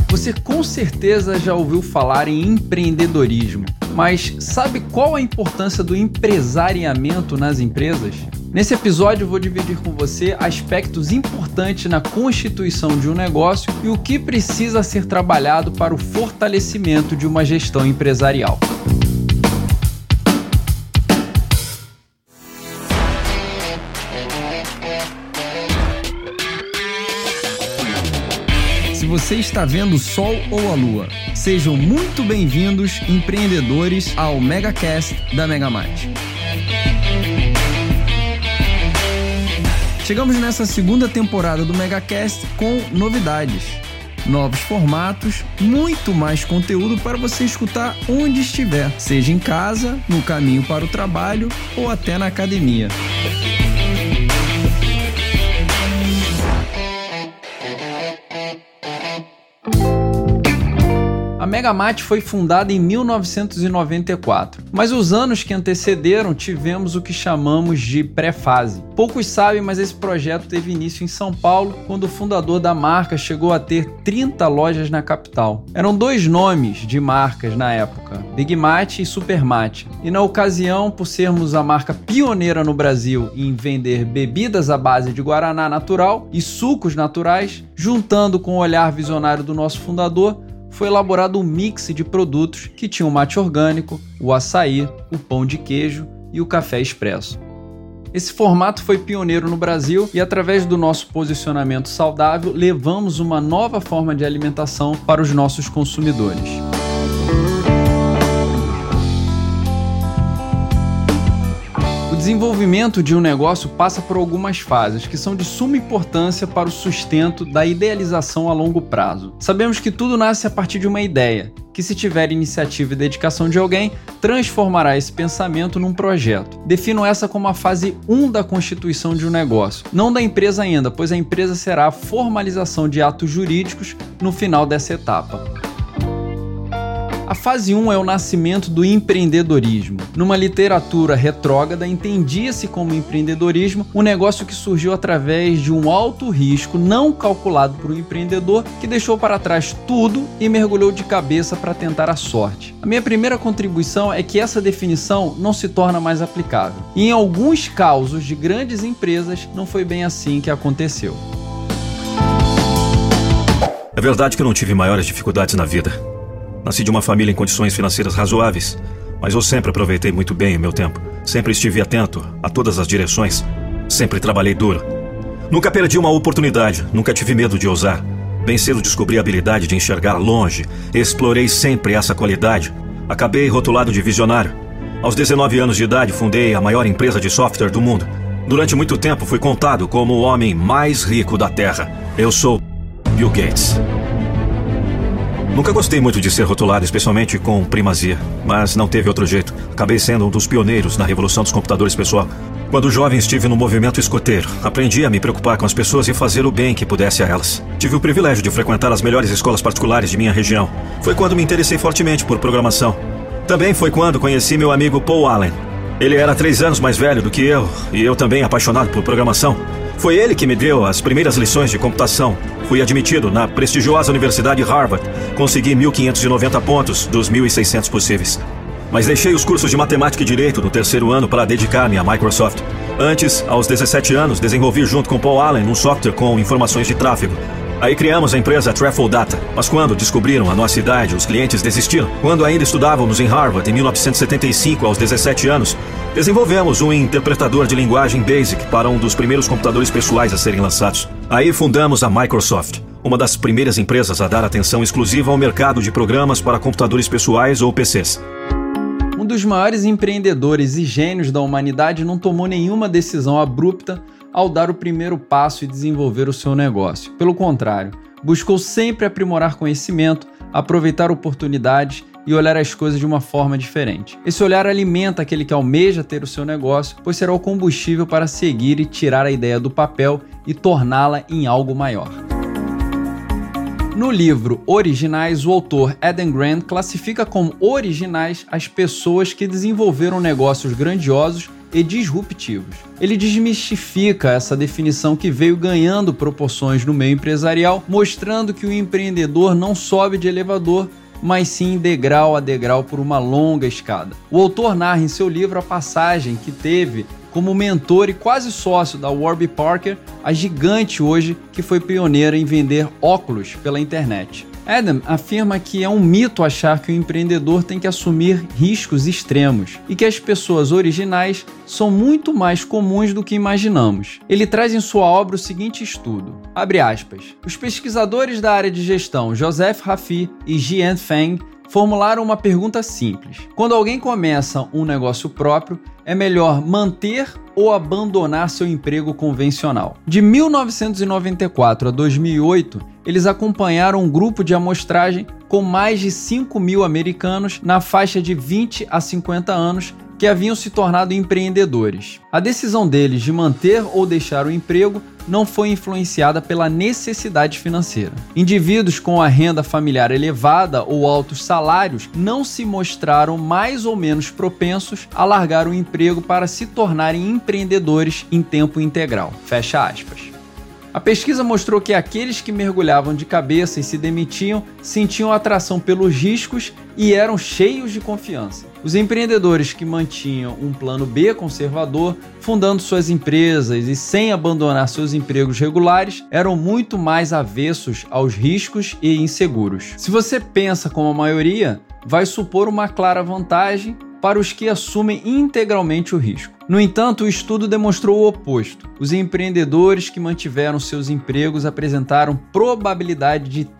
Você com certeza já ouviu falar em empreendedorismo, mas sabe qual a importância do empresariamento nas empresas? Nesse episódio eu vou dividir com você aspectos importantes na constituição de um negócio e o que precisa ser trabalhado para o fortalecimento de uma gestão empresarial. Se você está vendo o Sol ou a Lua, sejam muito bem-vindos, empreendedores, ao MegaCast da Megamate. Chegamos nessa segunda temporada do MegaCast com novidades, novos formatos, muito mais conteúdo para você escutar onde estiver, seja em casa, no caminho para o trabalho ou até na academia. A Megamate foi fundada em 1994, mas os anos que antecederam tivemos o que chamamos de pré-fase. Poucos sabem, mas esse projeto teve início em São Paulo, quando o fundador da marca chegou a ter 30 lojas na capital. Eram dois nomes de marcas na época, Big Mate e Super Mate. E na ocasião, por sermos a marca pioneira no Brasil em vender bebidas à base de guaraná natural e sucos naturais, juntando com o olhar visionário do nosso fundador, foi elaborado um mix de produtos que tinha o mate orgânico, o açaí, o pão de queijo e o café expresso. Esse formato foi pioneiro no Brasil e, através do nosso posicionamento saudável, levamos uma nova forma de alimentação para os nossos consumidores. O desenvolvimento de um negócio passa por algumas fases que são de suma importância para o sustento da idealização a longo prazo. Sabemos que tudo nasce a partir de uma ideia, que, se tiver iniciativa e dedicação de alguém, transformará esse pensamento num projeto. Defino essa como a fase 1 da constituição de um negócio, não da empresa ainda, pois a empresa será a formalização de atos jurídicos no final dessa etapa. A fase 1 é o nascimento do empreendedorismo. Numa literatura retrógrada, entendia-se como empreendedorismo um negócio que surgiu através de um alto risco não calculado por um empreendedor que deixou para trás tudo e mergulhou de cabeça para tentar a sorte. A minha primeira contribuição é que essa definição não se torna mais aplicável. E em alguns casos de grandes empresas, não foi bem assim que aconteceu. É verdade que eu não tive maiores dificuldades na vida. Nasci de uma família em condições financeiras razoáveis, mas eu sempre aproveitei muito bem o meu tempo. Sempre estive atento a todas as direções. Sempre trabalhei duro. Nunca perdi uma oportunidade, nunca tive medo de ousar. Bem cedo descobri a habilidade de enxergar longe. Explorei sempre essa qualidade. Acabei rotulado de visionário. Aos 19 anos de idade, fundei a maior empresa de software do mundo. Durante muito tempo, fui contado como o homem mais rico da Terra. Eu sou Bill Gates. Nunca gostei muito de ser rotulado, especialmente com primazia, mas não teve outro jeito. Acabei sendo um dos pioneiros na revolução dos computadores pessoal. Quando jovem estive no movimento escoteiro. Aprendi a me preocupar com as pessoas e fazer o bem que pudesse a elas. Tive o privilégio de frequentar as melhores escolas particulares de minha região. Foi quando me interessei fortemente por programação. Também foi quando conheci meu amigo Paul Allen. Ele era 3 anos mais velho do que eu, e eu também apaixonado por programação. Foi ele que me deu as primeiras lições de computação. Fui admitido na prestigiosa Universidade Harvard. Consegui 1.590 pontos dos 1.600 possíveis. Mas deixei os cursos de matemática e direito no 3º ano para dedicar-me à Microsoft. Antes, aos 17 anos, desenvolvi junto com Paul Allen um software com informações de tráfego. Aí criamos a empresa Truffle Data, mas quando descobriram a nossa idade, os clientes desistiram. Quando ainda estudávamos em Harvard, em 1975, aos 17 anos, desenvolvemos um interpretador de linguagem BASIC para um dos primeiros computadores pessoais a serem lançados. Aí fundamos a Microsoft, uma das primeiras empresas a dar atenção exclusiva ao mercado de programas para computadores pessoais ou PCs. Um dos maiores empreendedores e gênios da humanidade não tomou nenhuma decisão abrupta ao dar o primeiro passo e desenvolver o seu negócio. Pelo contrário, buscou sempre aprimorar conhecimento, aproveitar oportunidades e olhar as coisas de uma forma diferente. Esse olhar alimenta aquele que almeja ter o seu negócio, pois será o combustível para seguir e tirar a ideia do papel e torná-la em algo maior. No livro Originais, o autor Adam Grant classifica como originais as pessoas que desenvolveram negócios grandiosos e disruptivos. Ele desmistifica essa definição que veio ganhando proporções no meio empresarial, mostrando que o empreendedor não sobe de elevador, mas sim degrau a degrau por uma longa escada. O autor narra em seu livro a passagem que teve como mentor e quase sócio da Warby Parker, a gigante hoje que foi pioneira em vender óculos pela internet. Adam afirma que é um mito achar que o empreendedor tem que assumir riscos extremos e que as pessoas originais são muito mais comuns do que imaginamos. Ele traz em sua obra o seguinte estudo, abre aspas, os pesquisadores da área de gestão Joseph Rafi e Jian Feng formularam uma pergunta simples. Quando alguém começa um negócio próprio, é melhor manter ou abandonar seu emprego convencional? De 1994 a 2008, eles acompanharam um grupo de amostragem com mais de 5.000 americanos na faixa de 20 a 50 anos que haviam se tornado empreendedores. A decisão deles de manter ou deixar o emprego não foi influenciada pela necessidade financeira. Indivíduos com a renda familiar elevada ou altos salários não se mostraram mais ou menos propensos a largar o emprego para se tornarem empreendedores em tempo integral. Fecha aspas. A pesquisa mostrou que aqueles que mergulhavam de cabeça e se demitiam sentiam atração pelos riscos e eram cheios de confiança. Os empreendedores que mantinham um plano B conservador, fundando suas empresas e sem abandonar seus empregos regulares, eram muito mais avessos aos riscos e inseguros. Se você pensa como a maioria, vai supor uma clara vantagem para os que assumem integralmente o risco. No entanto, o estudo demonstrou o oposto. Os empreendedores que mantiveram seus empregos apresentaram probabilidade de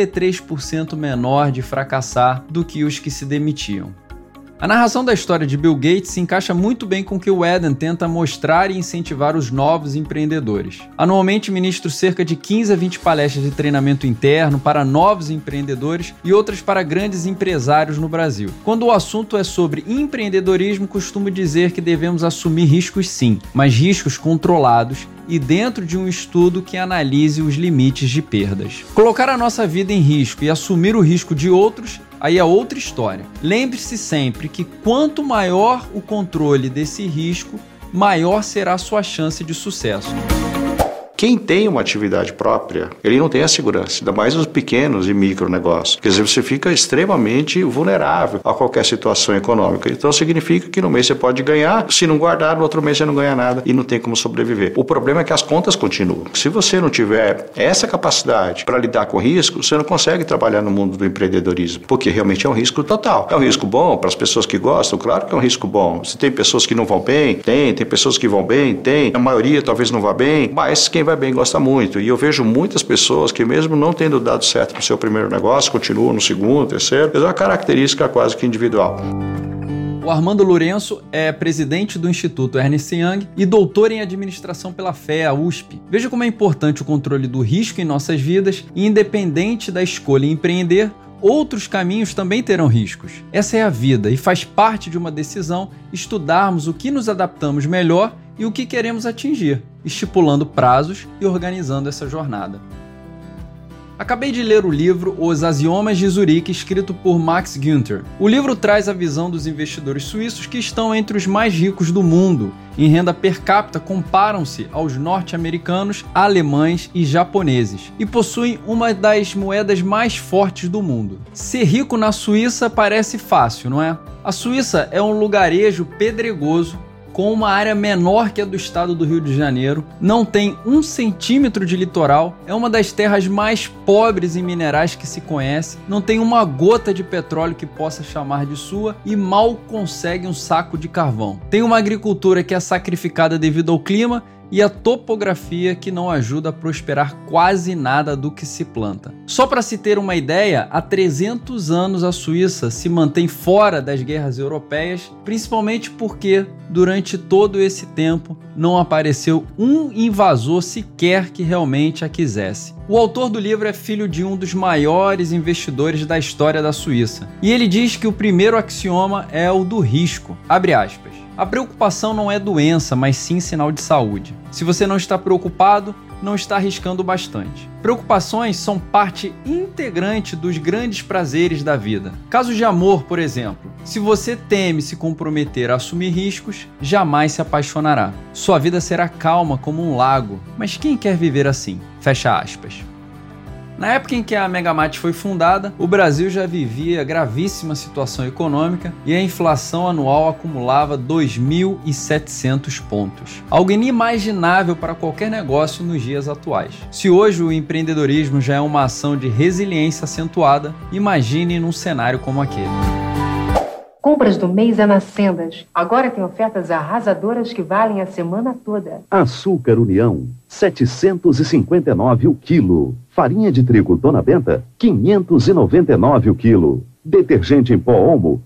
33% menor de fracassar do que os que se demitiam. A narração da história de Bill Gates se encaixa muito bem com o que o Adam tenta mostrar e incentivar os novos empreendedores. Anualmente ministro cerca de 15 a 20 palestras de treinamento interno para novos empreendedores e outras para grandes empresários no Brasil. Quando o assunto é sobre empreendedorismo, costumo dizer que devemos assumir riscos sim, mas riscos controlados e dentro de um estudo que analise os limites de perdas. Colocar a nossa vida em risco e assumir o risco de outros, aí é outra história. Lembre-se sempre que quanto maior o controle desse risco, maior será a sua chance de sucesso. Quem tem uma atividade própria, ele não tem a segurança, ainda mais os pequenos e micro negócios. Quer dizer, você fica extremamente vulnerável a qualquer situação econômica. Então significa que no mês você pode ganhar, se não guardar, no outro mês você não ganha nada e não tem como sobreviver. O problema é que as contas continuam. Se você não tiver essa capacidade para lidar com risco, você não consegue trabalhar no mundo do empreendedorismo, porque realmente é um risco total. É um risco bom para as pessoas que gostam? Claro que é um risco bom. Se tem pessoas que não vão bem? Tem pessoas que vão bem? Tem. A maioria talvez não vá bem, mas quem vai bem gosta muito. E eu vejo muitas pessoas que mesmo não tendo dado certo no seu primeiro negócio, continuam no segundo, terceiro. É uma característica quase que individual. O Armando Lourenço é presidente do Instituto Ernst Young e doutor em administração pela FEA USP. Veja como é importante o controle do risco em nossas vidas e, independente da escolha em empreender, outros caminhos também terão riscos. Essa é a vida e faz parte de uma decisão estudarmos o que nos adaptamos melhor e o que queremos atingir, estipulando prazos e organizando essa jornada. Acabei de ler o livro Os Axiomas de Zurique, escrito por Max Günther. O livro traz a visão dos investidores suíços que estão entre os mais ricos do mundo. Em renda per capita, comparam-se aos norte-americanos, alemães e japoneses, e possuem uma das moedas mais fortes do mundo. Ser rico na Suíça parece fácil, não é? A Suíça é um lugarejo pedregoso, com uma área menor que a do estado do Rio de Janeiro, não tem 1 centímetro de litoral, é uma das terras mais pobres em minerais que se conhece, não tem uma gota de petróleo que possa chamar de sua e mal consegue um saco de carvão. Tem uma agricultura que é sacrificada devido ao clima e a topografia que não ajuda a prosperar quase nada do que se planta. Só para se ter uma ideia, há 300 anos a Suíça se mantém fora das guerras europeias, principalmente porque durante todo esse tempo não apareceu um invasor sequer que realmente a quisesse. O autor do livro é filho de um dos maiores investidores da história da Suíça, e ele diz que o primeiro axioma é o do risco. Abre aspas. A preocupação não é doença, mas sim sinal de saúde. Se você não está preocupado, não está arriscando bastante. Preocupações são parte integrante dos grandes prazeres da vida. Casos de amor, por exemplo. Se você teme se comprometer a assumir riscos, jamais se apaixonará. Sua vida será calma como um lago, mas quem quer viver assim? Fecha aspas. Na época em que a Megamart foi fundada, o Brasil já vivia gravíssima situação econômica e a inflação anual acumulava 2.700 pontos. Algo inimaginável para qualquer negócio nos dias atuais. Se hoje o empreendedorismo já é uma ação de resiliência acentuada, imagine num cenário como aquele. Compras do mês é nas Sendas. Agora tem ofertas arrasadoras que valem a semana toda. Açúcar União, 759 o quilo. Farinha de trigo Dona Benta, 599 o quilo. Detergente em pó Omo,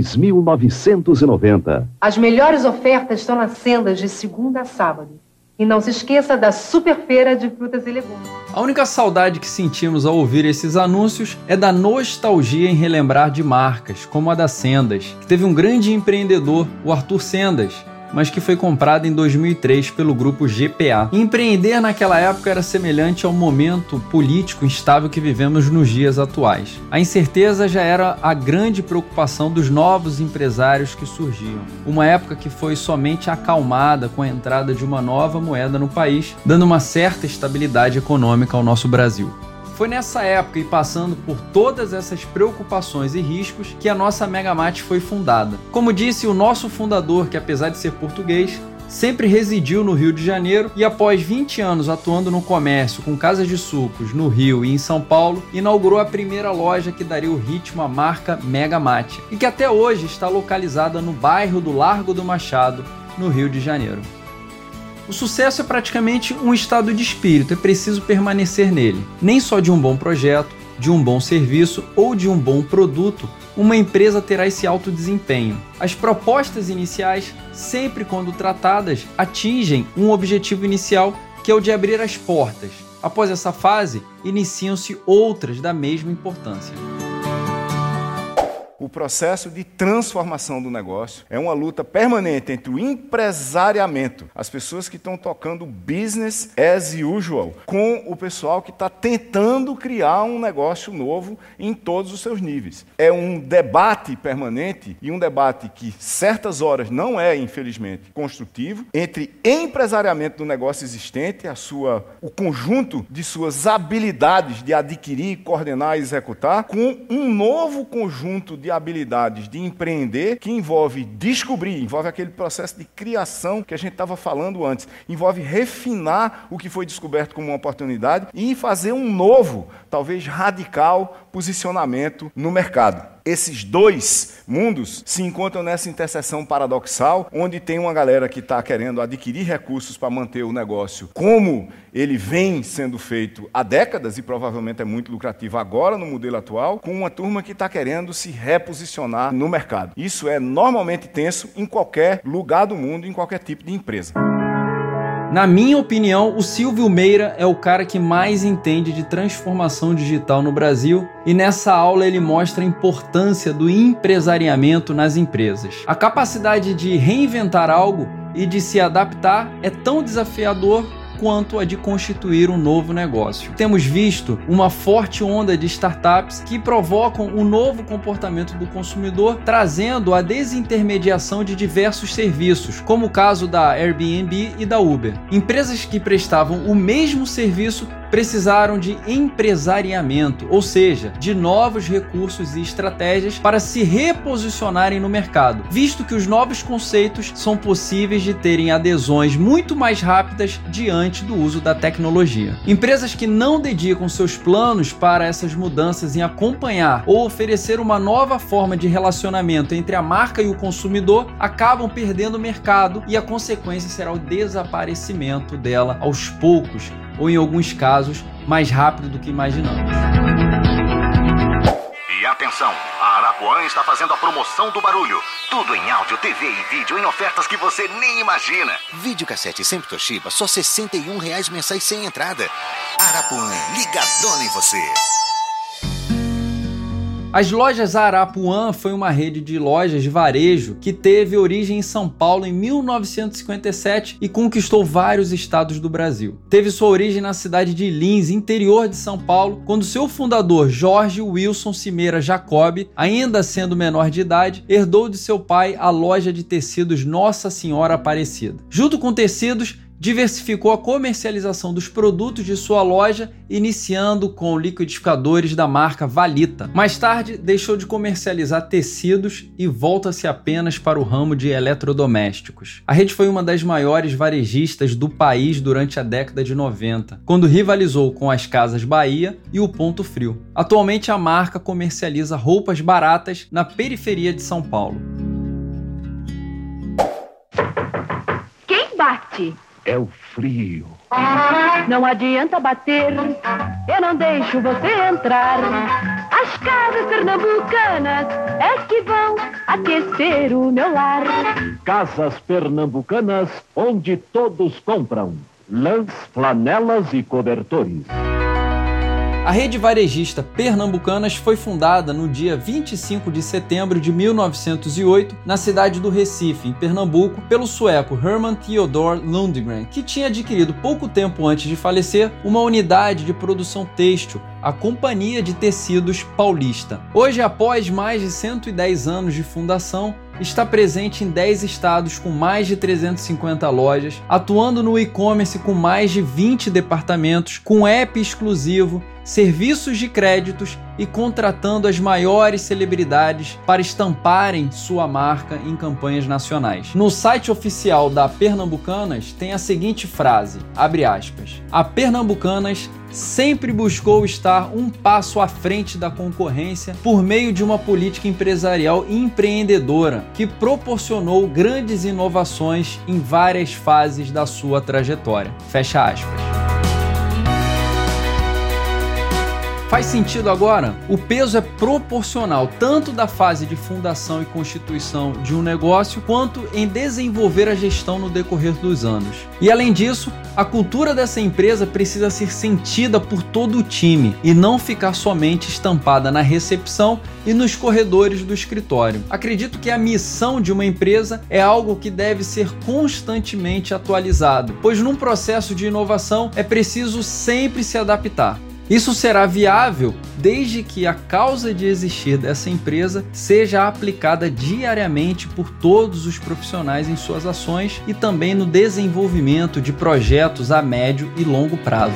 2.990. As melhores ofertas estão nas Sendas de segunda a sábado. E não se esqueça da Super Feira de Frutas e Legumes. A única saudade que sentimos ao ouvir esses anúncios é da nostalgia em relembrar de marcas, como a da Sendas, que teve um grande empreendedor, o Arthur Sendas, mas que foi comprada em 2003 pelo grupo GPA. E empreender naquela época era semelhante ao momento político instável que vivemos nos dias atuais. A incerteza já era a grande preocupação dos novos empresários que surgiam. Uma época que foi somente acalmada com a entrada de uma nova moeda no país, dando uma certa estabilidade econômica ao nosso Brasil. Foi nessa época e passando por todas essas preocupações e riscos que a nossa Megamart foi fundada. Como disse o nosso fundador, que apesar de ser português, sempre residiu no Rio de Janeiro e após 20 anos atuando no comércio com casas de sucos no Rio e em São Paulo, inaugurou a primeira loja que daria o ritmo à marca Megamart e que até hoje está localizada no bairro do Largo do Machado, no Rio de Janeiro. O sucesso é praticamente um estado de espírito, é preciso permanecer nele. Nem só de um bom projeto, de um bom serviço ou de um bom produto, uma empresa terá esse alto desempenho. As propostas iniciais, sempre quando tratadas, atingem um objetivo inicial, que é o de abrir as portas. Após essa fase, iniciam-se outras da mesma importância. O processo de transformação do negócio é uma luta permanente entre o empresariamento, as pessoas que estão tocando business as usual, com o pessoal que está tentando criar um negócio novo em todos os seus níveis. É um debate permanente e um debate que certas horas não é, infelizmente, construtivo, entre empresariamento do negócio existente, o conjunto de suas habilidades de adquirir, coordenar e executar, com um novo conjunto de habilidades de empreender, que envolve descobrir, envolve aquele processo de criação que a gente estava falando antes, envolve refinar o que foi descoberto como uma oportunidade e fazer um novo, talvez radical, posicionamento no mercado. Esses dois mundos se encontram nessa interseção paradoxal, onde tem uma galera que está querendo adquirir recursos para manter o negócio como ele vem sendo feito há décadas e provavelmente é muito lucrativo agora no modelo atual, com uma turma que está querendo se reposicionar no mercado. Isso é normalmente tenso em qualquer lugar do mundo, em qualquer tipo de empresa. Na minha opinião, o Silvio Meira é o cara que mais entende de transformação digital no Brasil e nessa aula ele mostra a importância do empresariamento nas empresas. A capacidade de reinventar algo e de se adaptar é tão desafiador quanto a de constituir um novo negócio. Temos visto uma forte onda de startups que provocam um novo comportamento do consumidor, trazendo a desintermediação de diversos serviços, como o caso da Airbnb e da Uber. Empresas que prestavam o mesmo serviço precisaram de empresariamento, ou seja, de novos recursos e estratégias para se reposicionarem no mercado, visto que os novos conceitos são possíveis de terem adesões muito mais rápidas diante do uso da tecnologia. Empresas que não dedicam seus planos para essas mudanças em acompanhar ou oferecer uma nova forma de relacionamento entre a marca e o consumidor acabam perdendo o mercado e a consequência será o desaparecimento dela aos poucos, ou em alguns casos, mais rápido do que imaginamos. E atenção, a Arapuã está fazendo a promoção do barulho. Tudo em áudio, TV e vídeo em ofertas que você nem imagina. Videocassete sempre Toshiba, só R$ 61,00 mensais sem entrada. Arapuã, ligadona em você. As lojas Arapuã foi uma rede de lojas de varejo que teve origem em São Paulo em 1957 e conquistou vários estados do Brasil. Teve sua origem na cidade de Lins, interior de São Paulo, quando seu fundador Jorge Wilson Cimeira Jacob, ainda sendo menor de idade, herdou de seu pai a loja de tecidos Nossa Senhora Aparecida. Junto com tecidos, diversificou a comercialização dos produtos de sua loja, iniciando com liquidificadores da marca Valita. Mais tarde, deixou de comercializar tecidos e volta-se apenas para o ramo de eletrodomésticos. A rede foi uma das maiores varejistas do país durante a década de 90, quando rivalizou com as Casas Bahia e o Ponto Frio. Atualmente, a marca comercializa roupas baratas na periferia de São Paulo. Quem bate? É o frio. Não adianta bater, eu não deixo você entrar. As casas pernambucanas é que vão aquecer o meu lar. Casas Pernambucanas, onde todos compram lãs, flanelas e cobertores. A rede varejista Pernambucanas foi fundada no dia 25 de setembro de 1908, na cidade do Recife, em Pernambuco, pelo sueco Herman Theodor Lundgren, que tinha adquirido pouco tempo antes de falecer uma unidade de produção têxtil, a Companhia de Tecidos Paulista. Hoje, após mais de 110 anos de fundação, está presente em 10 estados com mais de 350 lojas, atuando no e-commerce com mais de 20 departamentos, com app exclusivo, serviços de créditos e contratando as maiores celebridades para estamparem sua marca em campanhas nacionais. No site oficial da Pernambucanas tem a seguinte frase, abre aspas, a Pernambucanas sempre buscou estar um passo à frente da concorrência por meio de uma política empresarial empreendedora que proporcionou grandes inovações em várias fases da sua trajetória. Fecha aspas. Faz sentido agora? O peso é proporcional tanto da fase de fundação e constituição de um negócio, quanto em desenvolver a gestão no decorrer dos anos. E além disso, a cultura dessa empresa precisa ser sentida por todo o time e não ficar somente estampada na recepção e nos corredores do escritório. Acredito que a missão de uma empresa é algo que deve ser constantemente atualizado, pois num processo de inovação é preciso sempre se adaptar. Isso será viável desde que a causa de existir dessa empresa seja aplicada diariamente por todos os profissionais em suas ações e também no desenvolvimento de projetos a médio e longo prazo.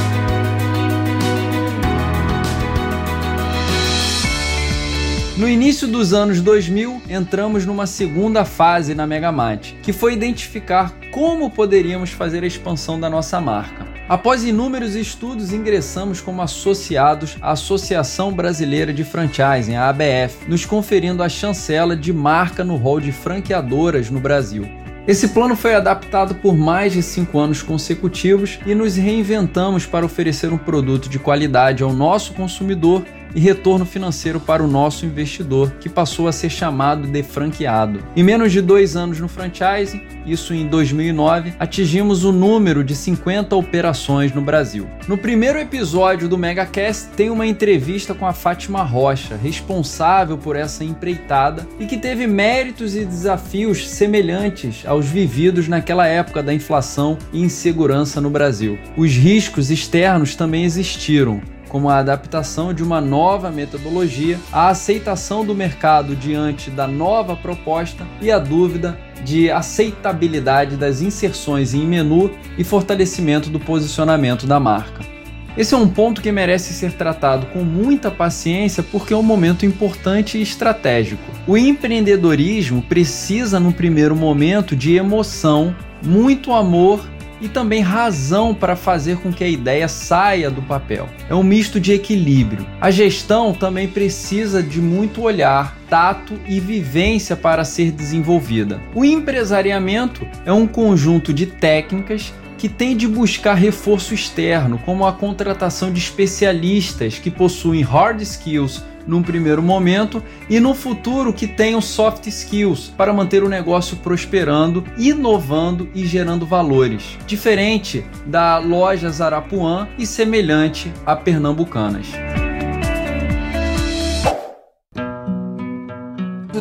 No início dos anos 2000, entramos numa segunda fase na Megamart, que foi identificar como poderíamos fazer a expansão da nossa marca. Após inúmeros estudos, ingressamos como associados à Associação Brasileira de Franchising, a ABF, nos conferindo a chancela de marca no rol de franqueadoras no Brasil. Esse plano foi adaptado por mais de 5 anos consecutivos e nos reinventamos para oferecer um produto de qualidade ao nosso consumidor e retorno financeiro para o nosso investidor, que passou a ser chamado de franqueado. Em menos de 2 anos no franchising, isso em 2009, atingimos o número de 50 operações no Brasil. No primeiro episódio do MegaCast tem uma entrevista com a Fátima Rocha, responsável por essa empreitada e que teve méritos e desafios semelhantes aos vividos naquela época da inflação e insegurança no Brasil. Os riscos externos também existiram, como a adaptação de uma nova metodologia, a aceitação do mercado diante da nova proposta e a dúvida de aceitabilidade das inserções em menu e fortalecimento do posicionamento da marca. Esse é um ponto que merece ser tratado com muita paciência porque é um momento importante e estratégico. O empreendedorismo precisa, no primeiro momento, de emoção, muito amor e também razão para fazer com que a ideia saia do papel. É um misto de equilíbrio. A gestão também precisa de muito olhar, tato e vivência para ser desenvolvida. O empresariamento é um conjunto de técnicas que tem de buscar reforço externo, como a contratação de especialistas que possuem hard skills num primeiro momento e no futuro que tenham soft skills para manter o negócio prosperando, inovando e gerando valores, diferente da Lojas Arapuã e semelhante a Pernambucanas.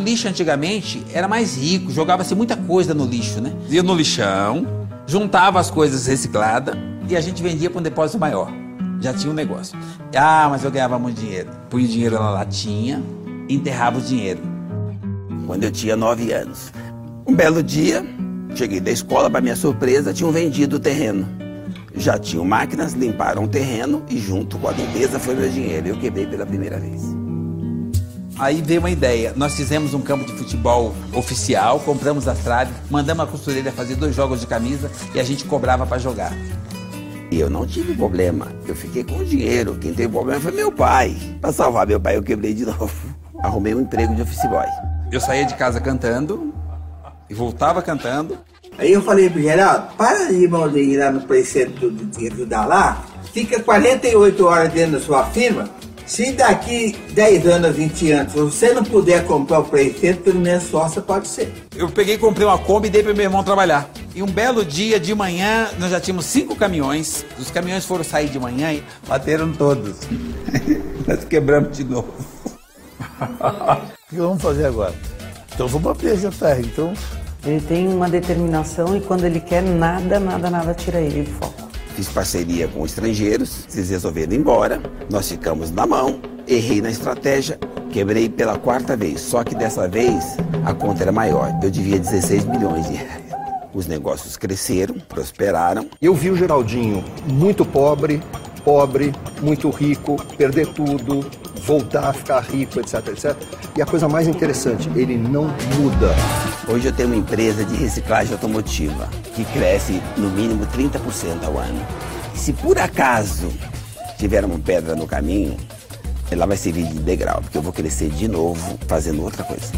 lixo antigamente era mais rico, jogava-se muita coisa no lixo, né? Ia no lixão, juntava as coisas recicladas e a gente vendia para um depósito maior. Já tinha um negócio. Ah, mas eu ganhava muito dinheiro. Punha o dinheiro na latinha, enterrava o dinheiro. Quando eu tinha 9 anos. Um belo dia, cheguei da escola, para minha surpresa, tinham vendido o terreno. Já tinham máquinas, limparam o terreno e junto com a limpeza foi meu dinheiro. Eu quebrei pela primeira vez. Aí veio uma ideia. Nós fizemos um campo de futebol oficial, compramos as traves, mandamos a costureira fazer 2 jogos de camisa e a gente cobrava para jogar. E eu não tive problema, eu fiquei com o dinheiro. Quem teve problema foi meu pai. Para salvar meu pai, eu quebrei de novo. Arrumei um emprego de office boy. Eu saía de casa cantando e voltava cantando. Aí eu falei pro Geraldo, para de ir lá no Playcenter de ajudar lá, fica 48 horas dentro da sua firma. Se daqui 10 anos, 20 anos, se você não puder comprar o Playcenter, pelo menos sócia pode ser. Eu peguei, comprei uma Kombi e dei pro meu irmão trabalhar. E um belo dia, de manhã, nós já tínhamos 5 caminhões. Os caminhões foram sair de manhã e bateram todos. Nós quebramos de novo. O que vamos fazer agora? Então vamos apresentar, então... Ele tem uma determinação e quando ele quer, nada tira ele do foco. Fiz parceria com estrangeiros, eles resolveram ir embora, nós ficamos na mão, errei na estratégia, quebrei pela 4ª vez, só que dessa vez a conta era maior, eu devia 16 milhões de reais. Os negócios cresceram, prosperaram. Eu vi o Geraldinho muito pobre, muito rico, perder tudo, voltar a ficar rico, etc, etc. E a coisa mais interessante, ele não muda. Hoje eu tenho uma empresa de reciclagem automotiva que cresce no mínimo 30% ao ano. Se por acaso tiver uma pedra no caminho, ela vai servir de degrau, porque eu vou crescer de novo fazendo outra coisa.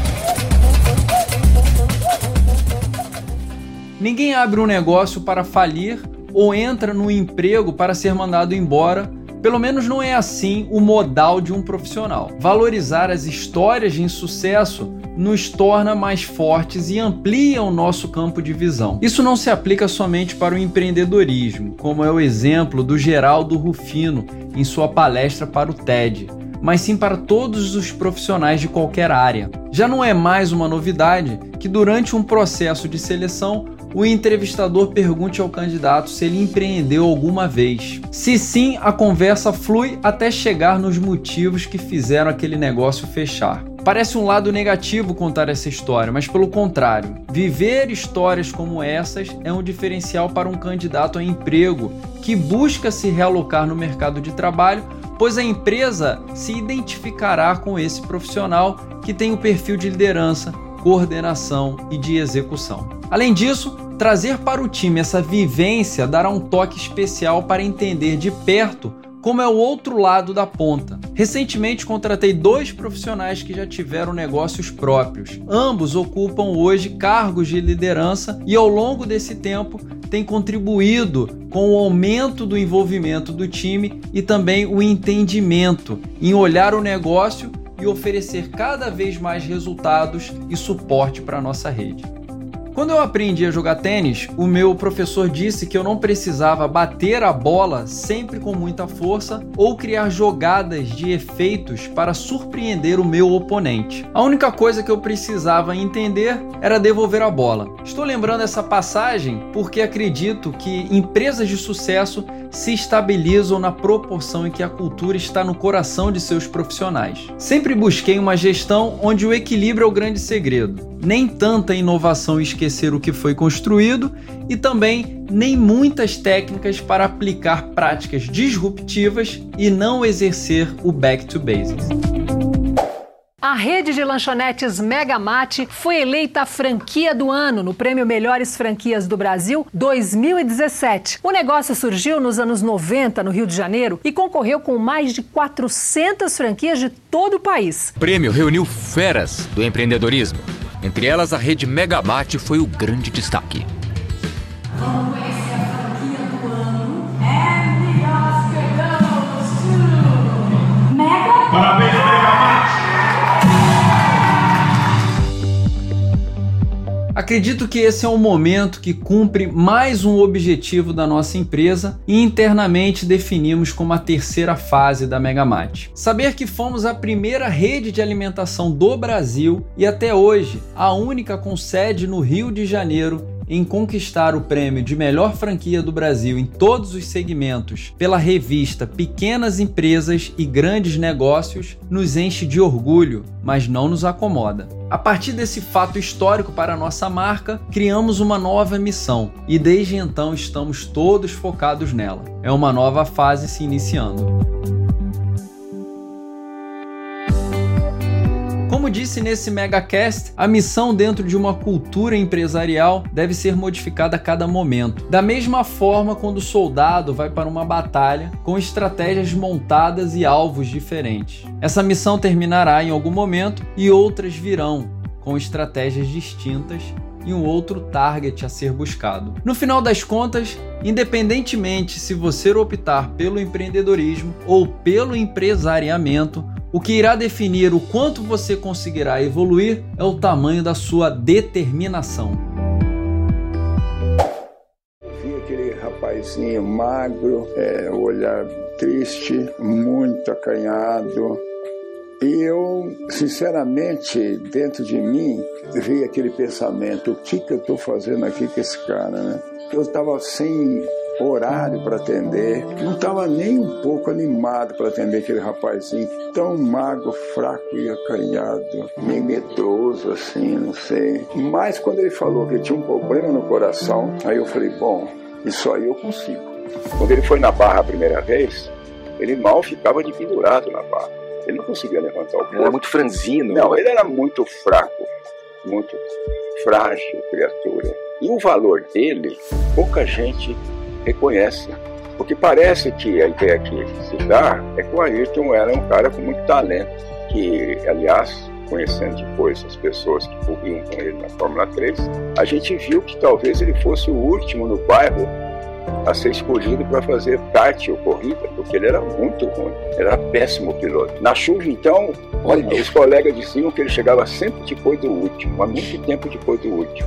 Ninguém abre um negócio para falir ou entra no emprego para ser mandado embora. Pelo menos não é assim o modal de um profissional. Valorizar as histórias de insucesso nos torna mais fortes e amplia o nosso campo de visão. Isso não se aplica somente para o empreendedorismo, como é o exemplo do Geraldo Rufino em sua palestra para o TED, mas sim para todos os profissionais de qualquer área. Já não é mais uma novidade que durante um processo de seleção o entrevistador pergunte ao candidato se ele empreendeu alguma vez. Se sim, a conversa flui até chegar nos motivos que fizeram aquele negócio fechar. Parece um lado negativo contar essa história, mas pelo contrário, viver histórias como essas é um diferencial para um candidato a emprego que busca se realocar no mercado de trabalho, pois a empresa se identificará com esse profissional que tem o perfil de liderança, coordenação e de execução. Além disso, trazer para o time essa vivência dará um toque especial para entender de perto como é o outro lado da ponta. Recentemente contratei 2 profissionais que já tiveram negócios próprios. Ambos ocupam hoje cargos de liderança e ao longo desse tempo têm contribuído com o aumento do envolvimento do time e também o entendimento em olhar o negócio e oferecer cada vez mais resultados e suporte para a nossa rede. Quando eu aprendi a jogar tênis, o meu professor disse que eu não precisava bater a bola sempre com muita força ou criar jogadas de efeitos para surpreender o meu oponente. A única coisa que eu precisava entender era devolver a bola. Estou lembrando essa passagem porque acredito que empresas de sucesso se estabilizam na proporção em que a cultura está no coração de seus profissionais. Sempre busquei uma gestão onde o equilíbrio é o grande segredo. Nem tanta inovação e esquecer o que foi construído e também nem muitas técnicas para aplicar práticas disruptivas e não exercer o back to basics. A rede de lanchonetes Megamate foi eleita a franquia do ano no Prêmio Melhores Franquias do Brasil 2017. O negócio surgiu nos anos 90 no Rio de Janeiro e concorreu com mais de 400 franquias de todo o país. O prêmio reuniu feras do empreendedorismo. Entre elas, a rede Megamate foi o grande destaque. Vamos conhecer a franquia do ano. And the Oscar goes to Mega. Parabéns, Megamate! Acredito que esse é um momento que cumpre mais um objetivo da nossa empresa e internamente definimos como a terceira fase da Megamart. Saber que fomos a primeira rede de alimentação do Brasil e até hoje a única com sede no Rio de Janeiro em conquistar o prêmio de melhor franquia do Brasil em todos os segmentos pela revista Pequenas Empresas e Grandes Negócios nos enche de orgulho, mas não nos acomoda. A partir desse fato histórico para a nossa marca, criamos uma nova missão e desde então estamos todos focados nela. É uma nova fase se iniciando. Como disse nesse MegaCast, a missão dentro de uma cultura empresarial deve ser modificada a cada momento. Da mesma forma, quando o soldado vai para uma batalha com estratégias montadas e alvos diferentes. Essa missão terminará em algum momento e outras virão com estratégias distintas e um outro target a ser buscado. No final das contas, independentemente se você optar pelo empreendedorismo ou pelo empresariamento, o que irá definir o quanto você conseguirá evoluir é o tamanho da sua determinação. Eu vi aquele rapazinho magro, o olhar triste, muito acanhado. E eu, sinceramente, dentro de mim, vi aquele pensamento, o que eu estou fazendo aqui com esse cara, né? Eu estava sem horário para atender, não estava nem um pouco animado para atender aquele rapazinho tão magro, fraco e acanhado, meio medroso assim, não sei. Mas quando ele falou que tinha um problema no coração, aí eu falei, bom, isso aí eu consigo. Quando ele foi na barra a primeira vez, ele mal ficava de pendurado na barra. Ele não conseguia levantar o corpo. Ele era muito franzino. Não, ele era muito fraco, muito frágil, criatura. E o valor dele, pouca gente reconhece. Porque parece que a ideia que se dá é que o Ayrton era um cara com muito talento, que, aliás, conhecendo depois as pessoas que corriam com ele na Fórmula 3, a gente viu que talvez ele fosse o último no bairro a ser escolhido para fazer kart ou corrida, porque ele era muito ruim, ele era péssimo piloto. Na chuva, então, olha, os colegas diziam que ele chegava sempre depois do último, há muito tempo depois do último.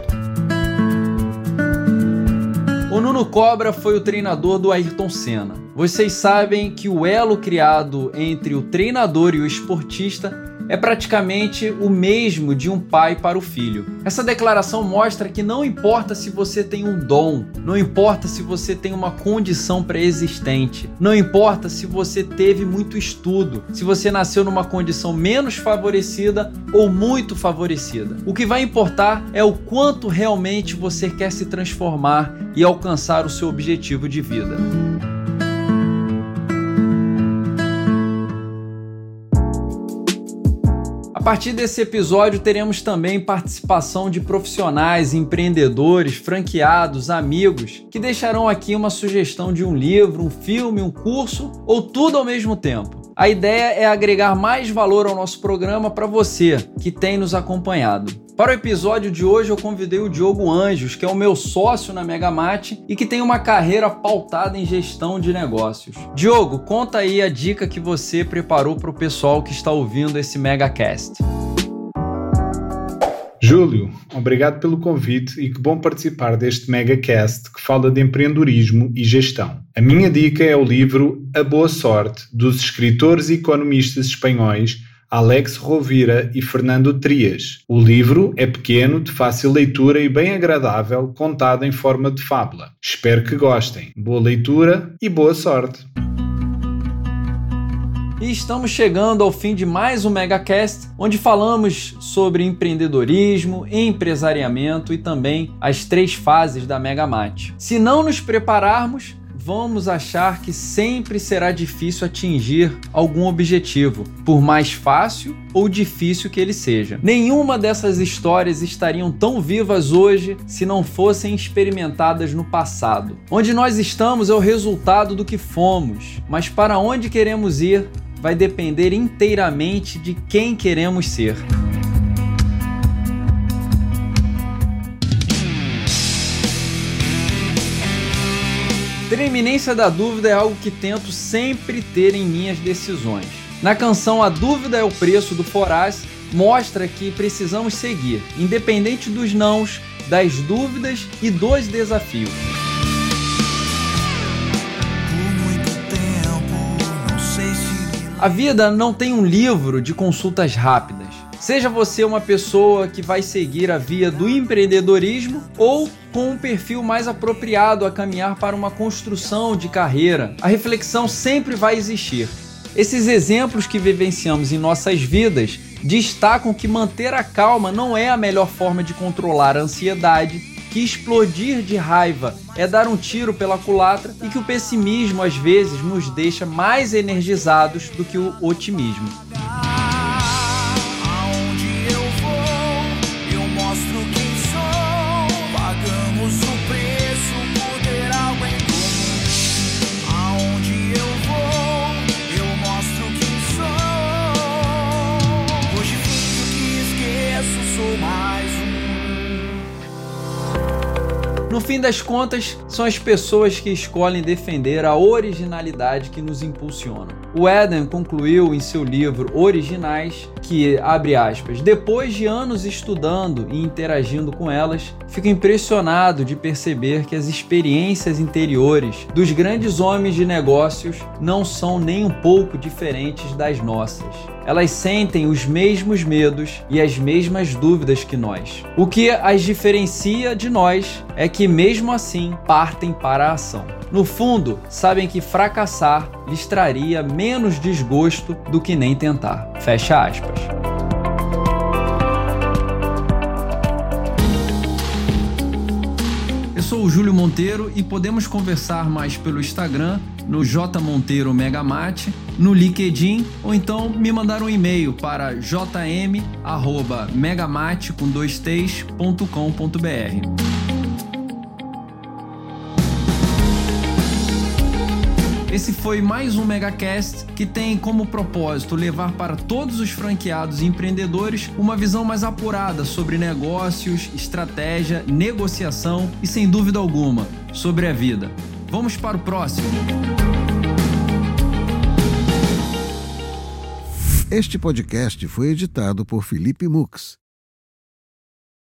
O Nuno Cobra foi o treinador do Ayrton Senna. Vocês sabem que o elo criado entre o treinador e o esportista é praticamente o mesmo de um pai para o filho. Essa declaração mostra que não importa se você tem um dom, não importa se você tem uma condição pré-existente, não importa se você teve muito estudo, se você nasceu numa condição menos favorecida ou muito favorecida. O que vai importar é o quanto realmente você quer se transformar e alcançar o seu objetivo de vida. A partir desse episódio teremos também participação de profissionais, empreendedores, franqueados, amigos, que deixarão aqui uma sugestão de um livro, um filme, um curso ou tudo ao mesmo tempo. A ideia é agregar mais valor ao nosso programa para você que tem nos acompanhado. Para o episódio de hoje eu convidei o Diogo Anjos, que é o meu sócio na Megamart e que tem uma carreira pautada em gestão de negócios. Diogo, conta aí a dica que você preparou para o pessoal que está ouvindo esse MegaCast. Júlio, obrigado pelo convite e que bom participar deste MegaCast que fala de empreendedorismo e gestão. A minha dica é o livro A Boa Sorte, dos escritores e economistas espanhóis Alex Rovira e Fernando Trias. O livro é pequeno, de fácil leitura e bem agradável, contado em forma de fábula. Espero que gostem. Boa leitura e boa sorte! E estamos chegando ao fim de mais um MegaCast, onde falamos sobre empreendedorismo, empresariamento e também as 3 fases da Megamart. Se não nos prepararmos, vamos achar que sempre será difícil atingir algum objetivo, por mais fácil ou difícil que ele seja. Nenhuma dessas histórias estariam tão vivas hoje se não fossem experimentadas no passado. Onde nós estamos é o resultado do que fomos, mas para onde queremos ir vai depender inteiramente de quem queremos ser. Ter a iminência da dúvida é algo que tento sempre ter em minhas decisões. Na canção A Dúvida é o Preço do Foraz, mostra que precisamos seguir, independente dos nãos, das dúvidas e dos desafios. A vida não tem um livro de consultas rápidas. Seja você uma pessoa que vai seguir a via do empreendedorismo ou com um perfil mais apropriado a caminhar para uma construção de carreira, a reflexão sempre vai existir. Esses exemplos que vivenciamos em nossas vidas destacam que manter a calma não é a melhor forma de controlar a ansiedade, que explodir de raiva é dar um tiro pela culatra e que o pessimismo às vezes nos deixa mais energizados do que o otimismo. No fim das contas, são as pessoas que escolhem defender a originalidade que nos impulsiona. O Eden concluiu em seu livro Originais que, abre aspas, depois de anos estudando e interagindo com elas, fico impressionado de perceber que as experiências interiores dos grandes homens de negócios não são nem um pouco diferentes das nossas. Elas sentem os mesmos medos e as mesmas dúvidas que nós. O que as diferencia de nós é que, mesmo assim, partem para a ação. No fundo, sabem que fracassar lhes traria menos desgosto do que nem tentar. Fecha aspas. Eu sou o Júlio Monteiro e podemos conversar mais pelo Instagram, no jmonteiro_megamate, no LinkedIn ou então me mandar um e-mail para jm@megamate.com.br. Esse foi mais um MegaCast que tem como propósito levar para todos os franqueados e empreendedores uma visão mais apurada sobre negócios, estratégia, negociação e, sem dúvida alguma, sobre a vida. Vamos para o próximo. Este podcast foi editado por Felipe Mux.